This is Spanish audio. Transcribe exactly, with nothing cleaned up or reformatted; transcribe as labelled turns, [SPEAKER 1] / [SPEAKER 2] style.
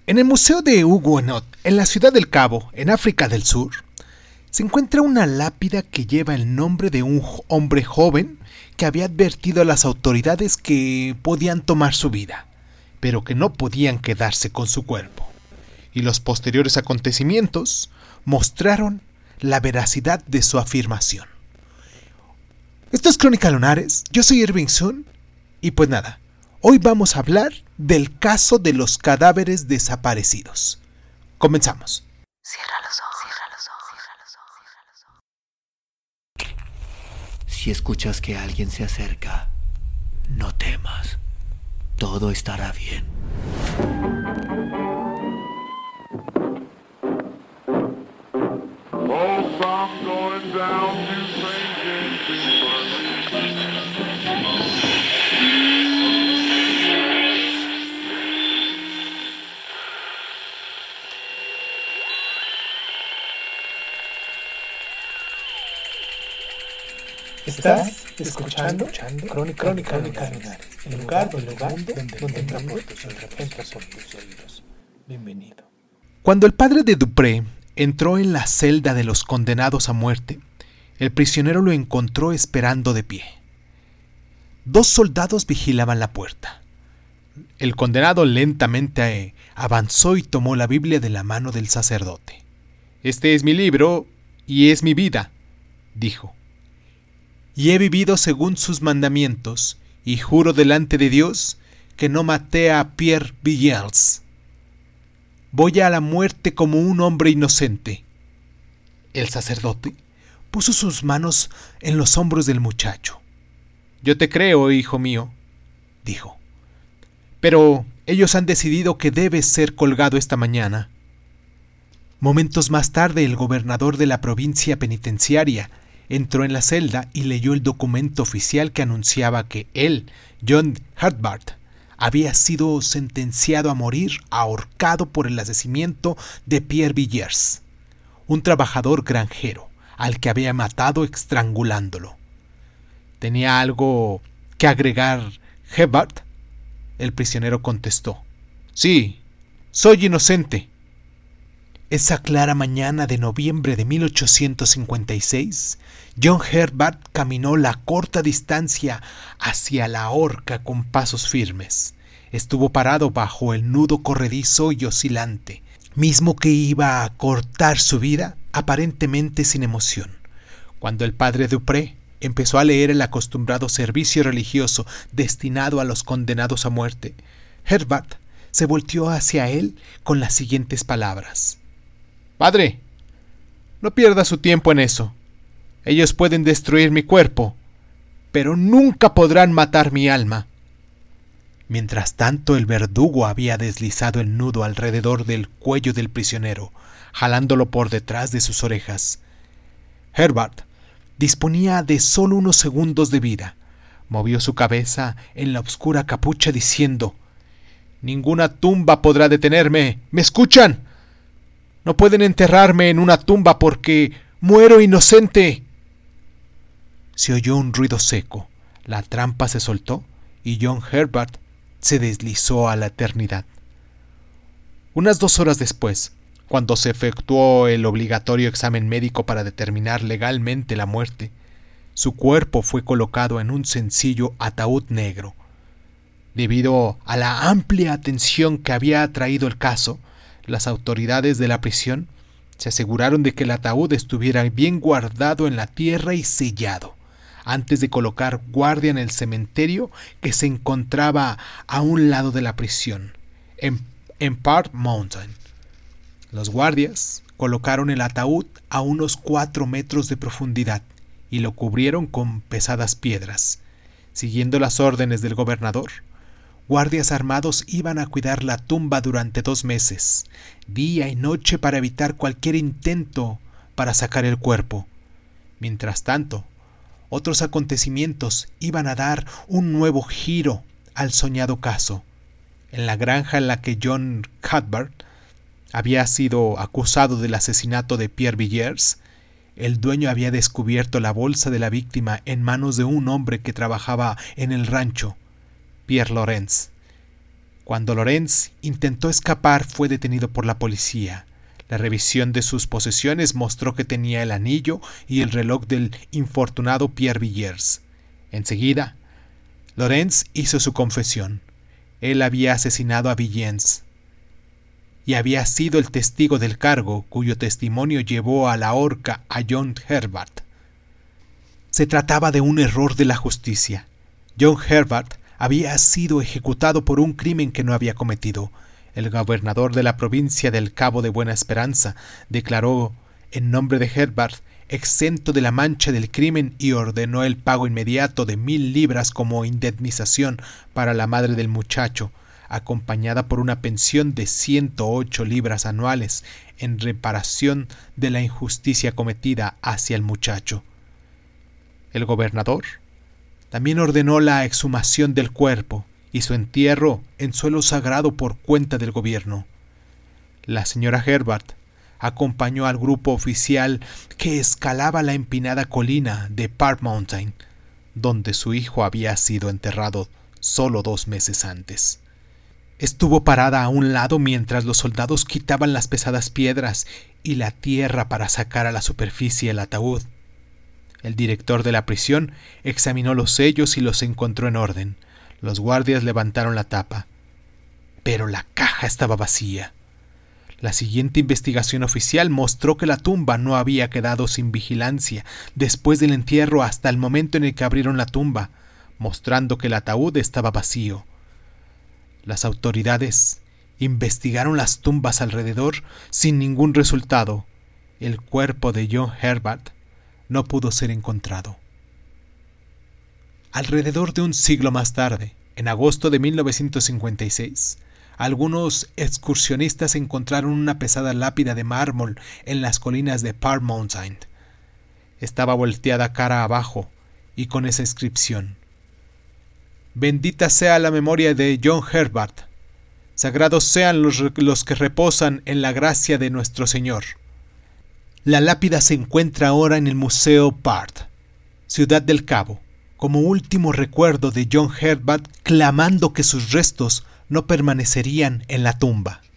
[SPEAKER 1] En el Museo de Huguenot, en la ciudad del Cabo, en África del Sur, se encuentra una lápida que lleva el nombre de un hombre joven que había advertido a las autoridades que podían tomar su vida, pero que no podían quedarse con su cuerpo. Y los posteriores acontecimientos mostraron la veracidad de su afirmación. Esto es Crónica Lunares, yo soy Irving Sun, y pues nada, hoy vamos a hablar del caso de los cadáveres desaparecidos. Comenzamos.
[SPEAKER 2] Cierra los ojos, cierra los ojos, cierra los ojos, cierra los ojos.
[SPEAKER 3] Si escuchas que alguien se acerca, no temas. Todo estará bien.
[SPEAKER 4] Oh, I'm going down to Saint James's
[SPEAKER 5] Estás escuchando, escuchando Crónica, Crónica, Crónica Lunares, el lugar, el lugar donde, donde entra por tus oídos. Bienvenido.
[SPEAKER 1] Cuando el padre de Dupré entró en la celda de los condenados a muerte, el prisionero lo encontró esperando de pie. Dos soldados vigilaban la puerta. El condenado lentamente avanzó y tomó la Biblia de la mano del sacerdote. «Este es mi libro y es mi vida», dijo. «Y he vivido según sus mandamientos, y juro delante de Dios que no maté a Pierre Villers. Voy a la muerte como un hombre inocente». El sacerdote puso sus manos en los hombros del muchacho. «Yo te creo, hijo mío», dijo. «Pero ellos han decidido que debes ser colgado esta mañana». Momentos más tarde, el gobernador de la provincia penitenciaria entró en la celda y leyó el documento oficial que anunciaba que él, John Hartbart, había sido sentenciado a morir ahorcado por el asesinato de Pierre Villers, un trabajador granjero al que había matado estrangulándolo. ¿Tenía algo que agregar Hartbart? El prisionero contestó: «Sí, soy inocente». Esa clara mañana de noviembre de mil ochocientos cincuenta y seis, John Hartbart caminó la corta distancia hacia la horca con pasos firmes. Estuvo parado bajo el nudo corredizo y oscilante, mismo que iba a cortar su vida, aparentemente sin emoción, cuando el padre Dupré empezó a leer el acostumbrado servicio religioso destinado a los condenados a muerte. Hartbart se volteó hacia él con las siguientes palabras: «Padre, no pierda su tiempo en eso. Ellos pueden destruir mi cuerpo, pero nunca podrán matar mi alma». Mientras tanto, el verdugo había deslizado el nudo alrededor del cuello del prisionero, jalándolo por detrás de sus orejas. Hartbart disponía de solo unos segundos de vida. Movió su cabeza en la oscura capucha diciendo: «Ninguna tumba podrá detenerme. ¿Me escuchan? No pueden enterrarme en una tumba porque muero inocente». Se oyó un ruido seco, la trampa se soltó y John Hartbart se deslizó a la eternidad. Unas dos horas después, cuando se efectuó el obligatorio examen médico para determinar legalmente la muerte, su cuerpo fue colocado en un sencillo ataúd negro. Debido a la amplia atención que había atraído el caso, las autoridades de la prisión se aseguraron de que el ataúd estuviera bien guardado en la tierra y sellado, antes de colocar guardia en el cementerio que se encontraba a un lado de la prisión, en, en Park Mountain. Los guardias colocaron el ataúd a unos cuatro metros de profundidad y lo cubrieron con pesadas piedras. Siguiendo las órdenes del gobernador, guardias armados iban a cuidar la tumba durante dos meses, día y noche, para evitar cualquier intento para sacar el cuerpo. Mientras tanto, otros acontecimientos iban a dar un nuevo giro al soñado caso. En la granja en la que John Hartbart había sido acusado del asesinato de Pierre Villers, el dueño había descubierto la bolsa de la víctima en manos de un hombre que trabajaba en el rancho, Pierre Laurens. Cuando Lorenz intentó escapar, fue detenido por la policía. La revisión de sus posesiones mostró que tenía el anillo y el reloj del infortunado Pierre Villiers. Enseguida, Lorenz hizo su confesión. Él había asesinado a Villiers y había sido el testigo del cargo, cuyo testimonio llevó a la horca a John Herbert. Se trataba de un error de la justicia. John Herbert había sido ejecutado por un crimen que no había cometido. El gobernador de la provincia del Cabo de Buena Esperanza declaró en nombre de Herbert exento de la mancha del crimen y ordenó el pago inmediato de mil libras como indemnización para la madre del muchacho, acompañada por una pensión de ciento ocho libras anuales en reparación de la injusticia cometida hacia el muchacho. El gobernador también ordenó la exhumación del cuerpo y su entierro en suelo sagrado por cuenta del gobierno. La señora Herbert acompañó al grupo oficial que escalaba la empinada colina de Park Mountain, donde su hijo había sido enterrado solo dos meses antes. Estuvo parada a un lado mientras los soldados quitaban las pesadas piedras y la tierra para sacar a la superficie el ataúd. El director de la prisión examinó los sellos y los encontró en orden. Los guardias levantaron la tapa, pero la caja estaba vacía. La siguiente investigación oficial mostró que la tumba no había quedado sin vigilancia después del entierro hasta el momento en el que abrieron la tumba, mostrando que el ataúd estaba vacío. Las autoridades investigaron las tumbas alrededor sin ningún resultado. El cuerpo de John Herbert no pudo ser encontrado. Alrededor de un siglo más tarde, en agosto de mil novecientos cincuenta y seis, algunos excursionistas encontraron una pesada lápida de mármol en las colinas de Park Mountain. Estaba volteada cara abajo y con esa inscripción: Bendita sea la memoria de John Herbert. Sagrados sean los, los que reposan en la gracia de nuestro Señor. La lápida se encuentra ahora en el Museo Park, Ciudad del Cabo, como último recuerdo de John Herbert, clamando que sus restos no permanecerían en la tumba.